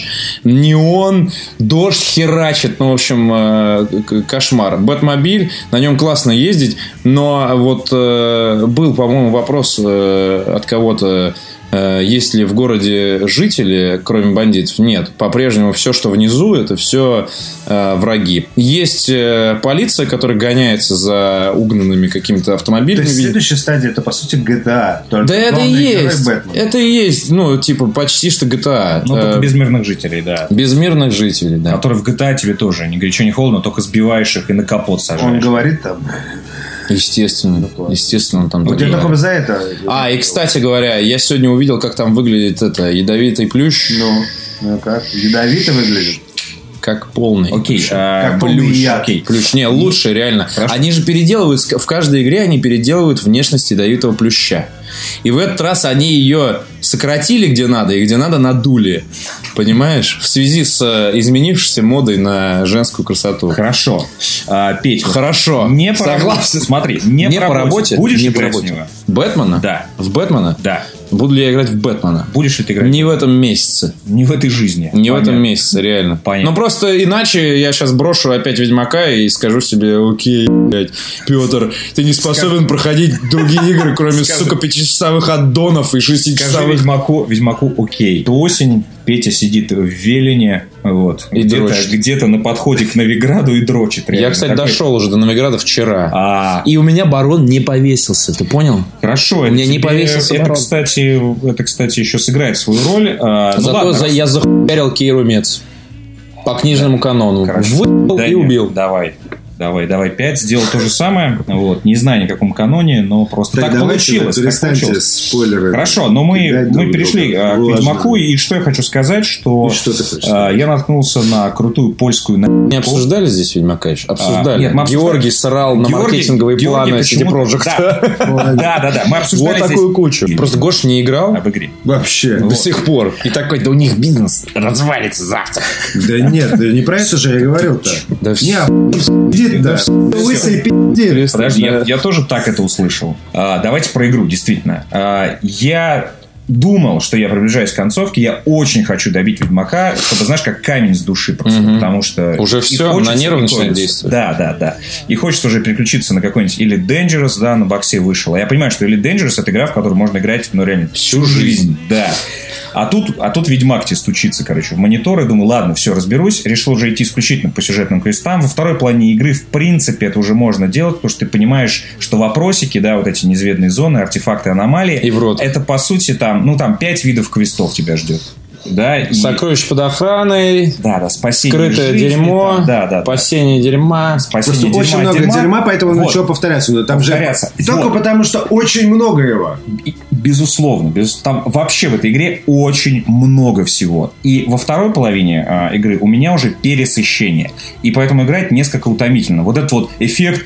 неон, дождь херачит. В общем, кошмар. Бэтмобиль. На нем классно ездить. Но вот был, по-моему, вопрос от кого-то. Есть ли в городе жители, кроме бандитов? Нет. По-прежнему все, что внизу, это все враги. Есть полиция, которая гоняется за угнанными какими-то автомобилями. То есть следующая стадия это, по сути, GTA. Да это и есть. Это и есть. Почти что GTA. Только без мирных жителей, да. Без мирных жителей, да. Которые в GTA тебе тоже ни горячо, ни холодно, только сбиваешь их и на капот сажаешь. Он говорит там... Естественно, там. Вот я только за это. И кстати говоря, я сегодня увидел, как там выглядит ядовитый плющ. Ну как? Ядовито выглядит? Как полный. Окей. Как полный яд. Плющ. Не, лучше реально. Хорошо. Они же переделывают, в каждой игре они переделывают внешность ядовитого плюща. И в этот раз они ее сократили где надо, и где надо надули. Понимаешь? В связи с изменившейся модой на женскую красоту. Хорошо. Петь. Хорошо. Не по работе. Смотри, не по работе. Будешь играть в него? Бэтмена? Да. В Бэтмена? Да. Буду ли я играть в Бэтмена? Будешь ли ты играть? Не в этом месяце. Не в этой жизни. Не в этом месяце, реально. Понятно. Но просто иначе я сейчас брошу опять Ведьмака и скажу себе: окей, блядь, Петр, ты не способен проходить другие игры, кроме, сука, 5-часовых аддонов и 6-часовых... Скажи Ведьмаку окей. То осень, Петя сидит в Велине, вот, и где-то на подходе к Новиграду и дрочит. Реально. Я, кстати, дошел уже до Новиграда вчера. И у меня барон не повесился, ты понял? Хорошо. У меня не повесился барон. Это, кстати, еще сыграет свою роль. Зато я захуярил Кейру Мец. По книжному канону. Выебал и убил. Давай. Давай 5. Сделал то же самое. Вот. Не знаю ни о каком каноне, но просто так получилось. Перестаньте спойлеры. Хорошо, но мы перешли к Ведьмаку. И что я хочу сказать, что я наткнулся на крутую польскую... Не обсуждали здесь Ведьмака еще? Обсуждали. Нет, Георгий срал на маркетинговые планы CD Projekt. Да. Мы обсуждали вот такую кучу. Просто Гош не играл об игре. Вообще. До сих пор. И такой, да у них бизнес развалится завтра. Да нет, не про это же я говорил-то. Да все. Лысый пи***дель. Подожди, я тоже так это услышал. Давайте про игру, действительно. Я думал, что я приближаюсь к концовке. Я очень хочу добить Ведьмака, чтобы, знаешь, как камень с души просто. Потому что... Уже все, на нервы начинает действовать. Да. И хочется уже переключиться на какой-нибудь Elite Dangerous, да, на боксе вышел. А я понимаю, что Elite Dangerous — это игра, в которую можно играть, ну, реально, всю жизнь. Да. А тут Ведьмак тебе стучится, короче, в монитор. И думаю, ладно, все, разберусь. Решил уже идти исключительно по сюжетным квестам. Во второй половине игры, в принципе, это уже можно делать, потому что ты понимаешь, что вопросики, да, вот эти неизведанные зоны, артефакты, аномалии, и в рот. Это, по сути, там 5 видов квестов тебя ждет. Да, и... Сокровище под охраной. Да, спасение. Скрытое жизни, дерьмо. Да. Спасение дерьма. Просто очень много дерьма, поэтому начало повторяться. Но там повторяться. Только потому, что очень много его. Безусловно. Там вообще в этой игре очень много всего. И во второй половине игры у меня уже пересыщение. И поэтому играть несколько утомительно. Вот этот вот эффект...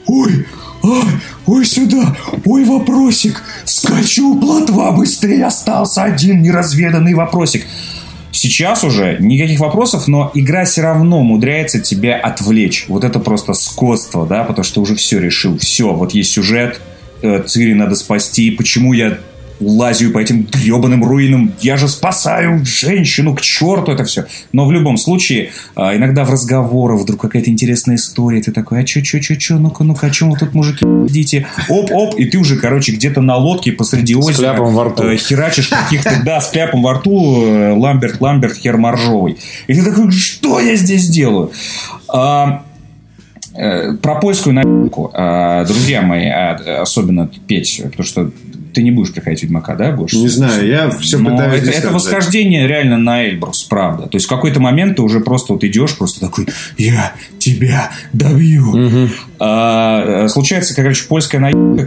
Ой, сюда, ой, вопросик, скачу, плотва, быстрее, остался один неразведанный вопросик. Сейчас уже никаких вопросов, но игра все равно умудряется тебя отвлечь. Вот это просто скотство, да, потому что уже все решил. Все, вот есть сюжет, Цири надо спасти, почему я лазю по этим гребаным руинам, я же спасаю женщину, к черту это все. Но в любом случае, иногда в разговорах вдруг какая-то интересная история, ты такой, ну-ка, о чем вы тут, мужики, идите, оп, и ты уже, короче, где-то на лодке посреди озера с кляпом во рту. Херачишь каких-то, да, с кляпом во рту, Ламберт, хер моржовый. И ты такой, что я здесь делаю? Про польскую новинку, друзья мои, особенно Петь, потому что ты не будешь проходить Ведьмака, да, Гош? Не знаю, я все пытаюсь. Это восхождение реально на Эльбрус, правда. То есть в какой-то момент ты уже просто вот идешь, просто такой, я тебя добью. Случается, короче, польская наебка,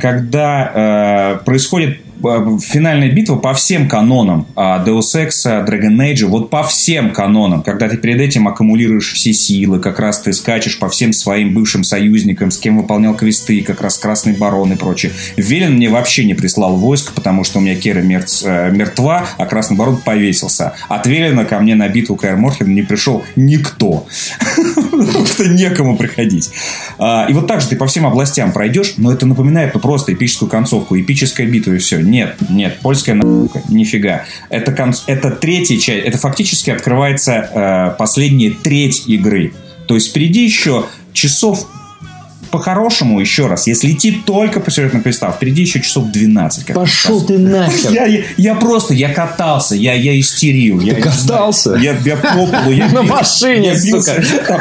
когда происходит финальная битва по всем канонам Deus Ex, Dragon Age, вот по всем канонам, когда ты перед этим аккумулируешь все силы, как раз ты скачешь по всем своим бывшим союзникам, с кем выполнял квесты, как раз Красный Барон и прочее. Велен мне вообще не прислал войск, потому что у меня Кера мертва, а Красный Барон повесился. От Велена ко мне на битву Каэр Морхен не пришел никто. Потому что некому приходить. И вот так же ты по всем областям пройдешь, но это напоминает просто эпическую концовку, эпическая битва и все. Нет, польская наука, нифига. Это третья часть, это фактически открывается последняя треть игры. То есть впереди еще часов, по-хорошему, еще раз, если идти только по сюжетным квестам, впереди еще часов 12. Пошел ты нахер. Я катался, я истерил. Ты катался? Я по полу, на машине, сука.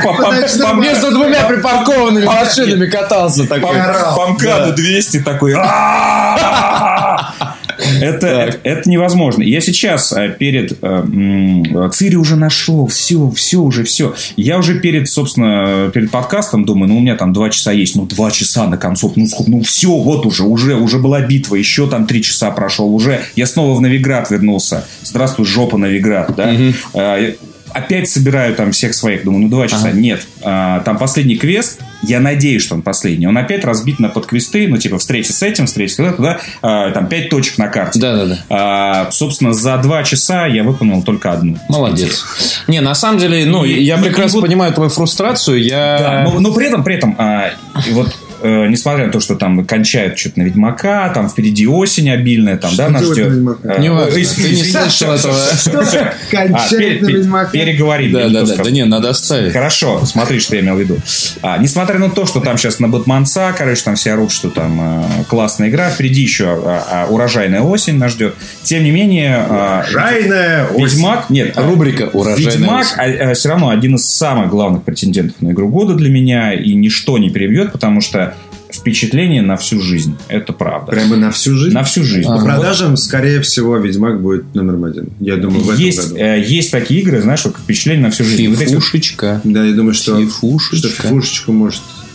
Между двумя припаркованными машинами катался такой. По МКАДу 200 такой. Это невозможно. Я сейчас перед... Цири уже нашел. Все. Я уже перед подкастом думаю, у меня там 2 часа есть. 2 часа на концовку. Все, вот уже была битва. Еще там 3 часа прошел. Уже я снова в Новиград вернулся. Здравствуй, жопа, Новиград. Да? Опять собираю там всех своих. Думаю, 2 часа. Нет. Там последний квест. Я надеюсь, что он последний. Он опять разбит на подквесты. Встреча с этим, встреча с этим. Там 5 точек на карте. Да. Собственно, за 2 часа я выполнил только одну. Молодец. Не, на самом деле, я прекрасно понимаю твою фрустрацию. Но при этом вот... несмотря на то, что там кончают что-то на Ведьмака, там впереди осень обильная, там, да, нас ждет. Не важно, ты не слышал этого. Кончают на Ведьмака. Переговорим. Да не, надо оставить. Хорошо, смотри, что я имел в виду. Несмотря на то, что там сейчас на Бэтменца, короче, там все орут, что там классная игра, впереди еще урожайная осень нас ждет. Тем не менее... Урожайная осень. Ведьмак... Нет, рубрика «Урожайная Ведьмак все равно один из самых главных претендентов на игру года для меня, и ничто не перебьет, потому что впечатление на всю жизнь. Это правда. Прямо на всю жизнь? На всю жизнь. По продажам, скорее всего, Ведьмак будет номером 1. Я думаю, в этом году. Есть такие игры, знаешь, как впечатление на всю жизнь. Фифушечка. Да, я думаю, что Фифушечка может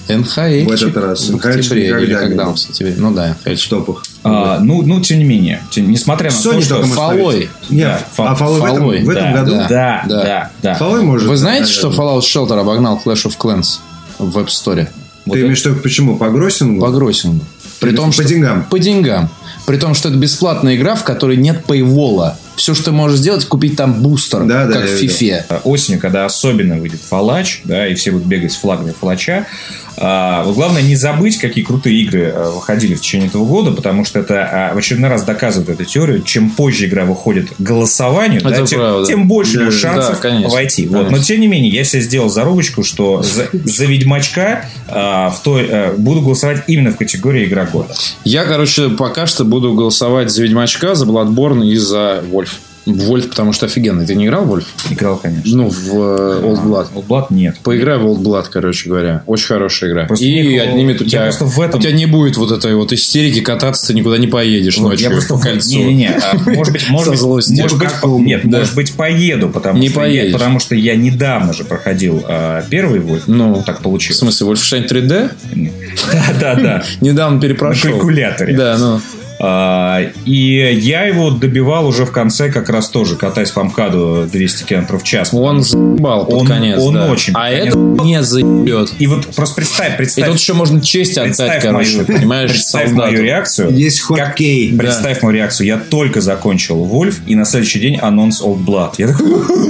НХЛ в этот раз. в октябре или когда он в сентябре? Ну да, НХЛ. В топах. Тем не менее, несмотря на то, что... Фалой. Нет, Фалой в этом году? Да. Фалой может... Вы знаете, что Fallout Shelter обогнал Clash of Clans в App Store? Ты имеешь в виду, почему? По гроссингу? По гроссингу. По деньгам? По деньгам. При том, что это бесплатная игра, в которой нет пейвола. Все, что ты можешь сделать, купить там бустер, как в FIFA. Осенью, когда особенно выйдет Фалач, да, и все будут бегать с флагами Фалача, главное не забыть, какие крутые игры выходили в течение этого года, потому что это в очередной раз доказывает эту теорию. Чем позже игра выходит к голосованию, тем больше у него шансов войти. Вот. Но тем не менее, я себе сделал зарубочку, что за Ведьмачка буду голосовать именно в категории игра года. Я, пока что буду голосовать за Ведьмачка, за Bloodborne и за Вольф. Вольф, потому что офигенный. Ты не играл в Вольф? Играл, конечно. Ну, в Old Blood. Old Blood нет. Поиграй в Old Blood, говоря. Очень хорошая игра. Просто и отнимет у тебя... У тебя не будет вот этой вот истерики кататься, ты никуда не поедешь ночью по кольцу. Может быть, поеду, потому что я недавно же проходил первый Вольф. Ну, так получилось. В смысле, Wolfenstein 3D? Да. Недавно перепрошел. На калькуляторе. Да, ну... И я его добивал уже в конце, как раз тоже катаясь по МКАДу 200 км в час. Он заебал под конец. Он очень. А это не заебет. И вот просто представь. И тут еще можно честь отдать, понимаешь, представь мою реакцию. Есть хоткей. Представь мою реакцию. Я только закончил Вольф, и на следующий день анонс Old Blood. Я такой...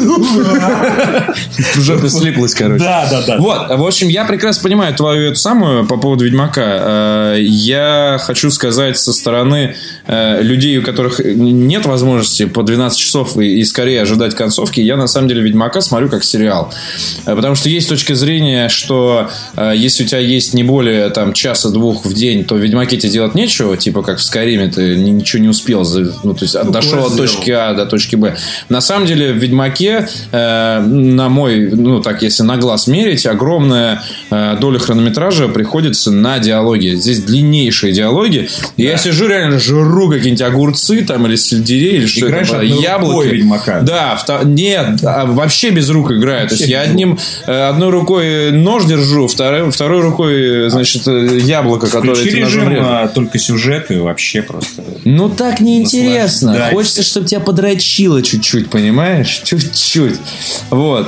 Уже слиплась, Да. Вот, в общем, я прекрасно понимаю твою эту самую по поводу Ведьмака. Я хочу сказать со стороны людей, у которых нет возможности по 12 часов и скорее ожидать концовки, я на самом деле Ведьмака смотрю как сериал. Потому что есть точка зрения, что если у тебя есть не более часа-двух в день, то в Ведьмаке тебе делать нечего, типа как в Скайриме ты ничего не успел, дошел от точки А до точки Б. На самом деле в Ведьмаке, на мой, если на глаз мерить, огромная доля хронометража приходится на диалоги. Здесь длиннейшие диалоги. И я сижу реально жру какие-нибудь огурцы там или сельдерей или что играешь это, яблоки. Ведьмака. Да, нет, вообще без рук играю. То есть я одной рукой нож держу, второй рукой, значит, яблоко, которое включи режим только сюжет и вообще просто. Ну так неинтересно. Да. Хочется, чтобы тебя подрочило чуть-чуть, понимаешь? Чуть-чуть. Вот.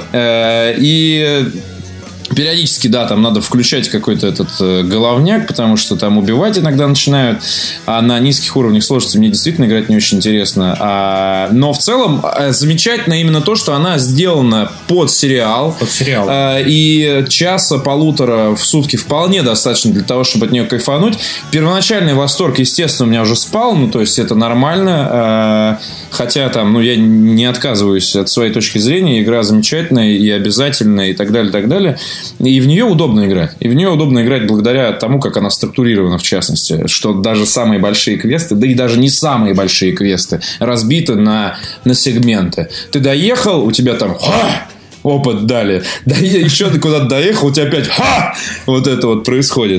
И периодически, да, там надо включать какой-то этот головняк, потому что там убивать иногда начинают. А на низких уровнях сложности мне действительно играть не очень интересно. Но в целом замечательно именно то, что она сделана под сериал. И часа-полутора в сутки вполне достаточно для того, чтобы от нее кайфануть. Первоначальный восторг, естественно, у меня уже спал. Ну, то есть, это нормально. Хотя там, я не отказываюсь от своей точки зрения. Игра замечательная и обязательная, и так далее, и так далее. И в нее удобно играть. И в нее удобно играть благодаря тому, как она структурирована, в частности. Что даже самые большие квесты, да и даже не самые большие квесты, разбиты на сегменты. Ты доехал, у тебя там... опыт дали. Да еще ты куда-то доехал, у тебя опять вот это вот происходит.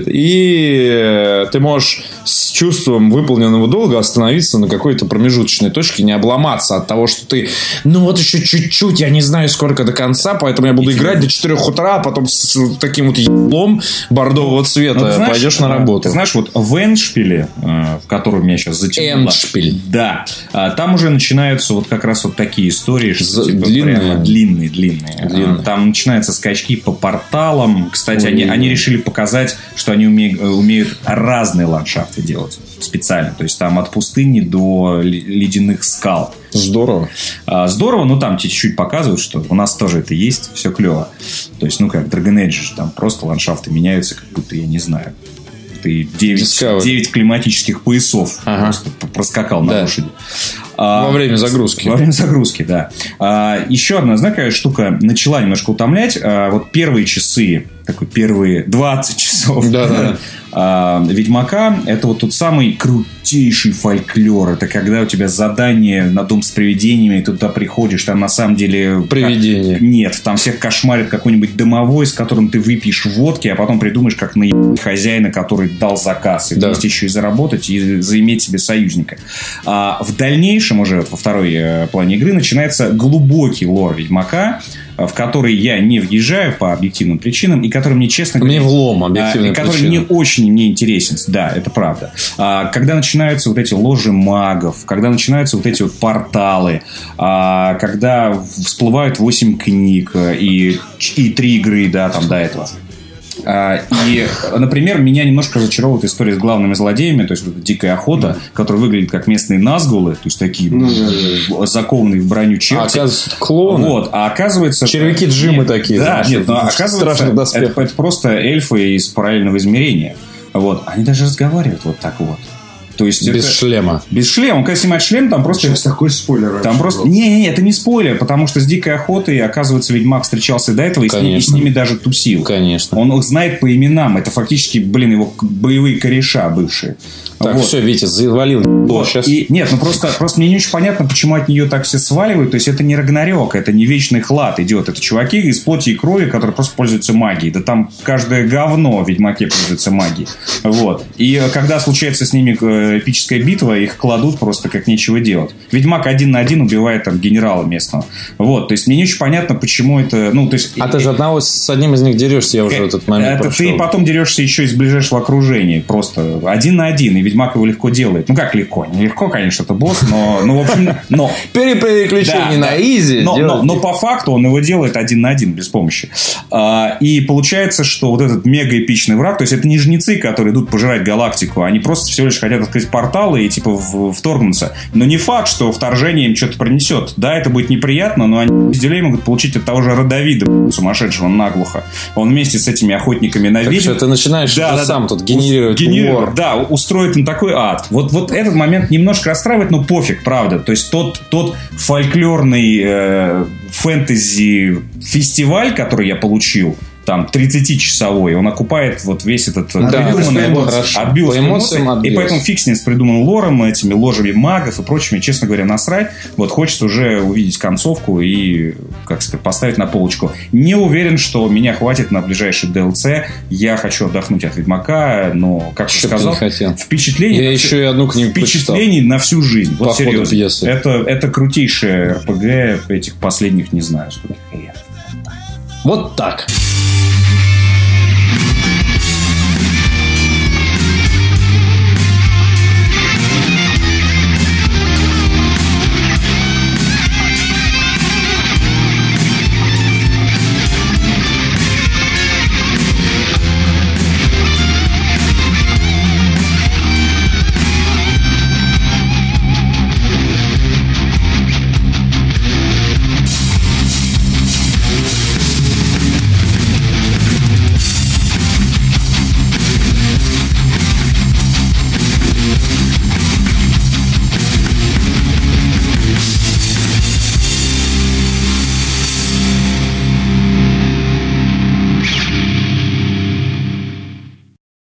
И ты можешь с чувством выполненного долга остановиться на какой-то промежуточной точке, не обломаться от того, что ты, вот еще чуть-чуть, я не знаю, сколько до конца, поэтому я буду играть до 4 утра, а потом с таким вот еблом бордового цвета пойдешь на работу. Ты знаешь, вот в Эндшпиле, в котором меня сейчас затянуло. Эндшпиль. Да. Там уже начинаются вот как раз вот такие истории, что длинные. Там начинаются скачки по порталам. Кстати, они решили показать, что они умеют разные ландшафты делать специально. То есть там от пустыни до ледяных скал. Здорово. Здорово, но там тебе чуть-чуть показывают, что у нас тоже это есть, все клево. То есть, как Dragon Age, там просто ландшафты меняются, как будто, я не знаю, ты 9 климатических поясов просто проскакал на лошади. Во время загрузки. Во время загрузки, да. Еще одна, какая штука начала немножко утомлять. Вот первые часы, первые 20 часов Ведьмака, это вот тот самый крутейший фольклор. Это когда у тебя задание на дом с привидениями, ты туда приходишь, там на самом деле... Привидение. Нет, там всех кошмарит какой-нибудь домовой, с которым ты выпьешь водки, а потом придумаешь, как наебать хозяина, который дал заказ, и вместе еще и заработать, и заиметь себе союзника. А в дальнейшем уже во второй плане игры начинается глубокий лор Ведьмака, в который я не въезжаю по объективным причинам, и который мне, честно говоря... Мне влом объективным причинам. Который не очень мне интересен. Да, это правда. Когда начинаются вот эти ложи магов, когда начинаются вот эти вот порталы, когда всплывают 8 книг и 3 игры, да, там до этого. И, например, меня немножко разочаровывает история с главными злодеями, то есть вот дикая охота, которая выглядит как местные назгулы, то есть такие закованные в броню черти. А оказывается, клоны. Вот, а оказывается... Червяки Джимы такие. Да, нет, но оказывается, это просто эльфы из параллельного измерения. Вот, они даже разговаривают вот так вот. То есть без шлема. Без шлема. Он, когда снимает шлем, там просто... Сейчас такой спойлер. Там просто... Не, это не спойлер, потому что с дикой охотой, оказывается, Ведьмак встречался до этого и с ними даже тусил. Конечно. Он их знает по именам. Это фактически, его боевые кореша бывшие. Так, вот. Все, Витя, завалил. Вот. Сейчас... Нет, просто мне не очень понятно, почему от нее так все сваливают. То есть, это не Рагнарёк, это не вечный хлад идет. Это чуваки из плоти и крови, которые просто пользуются магией. Да там каждое говно в Ведьмаке пользуется магией. Вот. И когда случается с ними эпическая битва, их кладут просто как нечего делать. Ведьмак 1 на 1 убивает там генерала местного. Вот. То есть, мне не очень понятно, почему это... Ну, то есть... А ты же с одним из них дерешься, я уже в этот момент прошел. Ты потом дерешься еще из ближайшего окружения. Просто 1 на 1. И Ведьмак его легко делает. Ну, как легко? Нелегко, конечно, это босс, но в общем... Переключение на изи. Но по факту он его делает 1 на 1, без помощи. И получается, что вот этот мега-эпичный враг, то есть, это не жнецы, которые идут пожирать галактику, они просто всего лишь хотят открыть порталы и, типа, вторгнуться. Но не факт, что вторжение им что-то принесет. Да, это будет неприятно, но они пизделей могут получить от того же Родовида, сумасшедшего наглухо. Он вместе с этими охотниками на ведьм... Так что ты начинаешь сам тут генерировать вор. Да, устроит им такой ад. Вот этот момент немножко расстраивает, но пофиг, правда. То есть, тот фольклорный фэнтези-фестиваль, который я получил, там 30-часовой, он окупает вот весь этот придуманный отбил по эмоциям, и поэтому фиг с ним с придуманным лором, этими ложами магов и прочими, честно говоря, насрать. Вот хочется уже увидеть концовку и, как сказать, поставить на полочку. Не уверен, что меня хватит на ближайший DLC. Я хочу отдохнуть от Ведьмака, но, как я сказал, впечатлений... Я еще и одну книгу впечатлений на всю жизнь. Вот серьезно. Пьесы. Это крутейшее РПГ этих последних, не знаю, сколько лет. Вот так.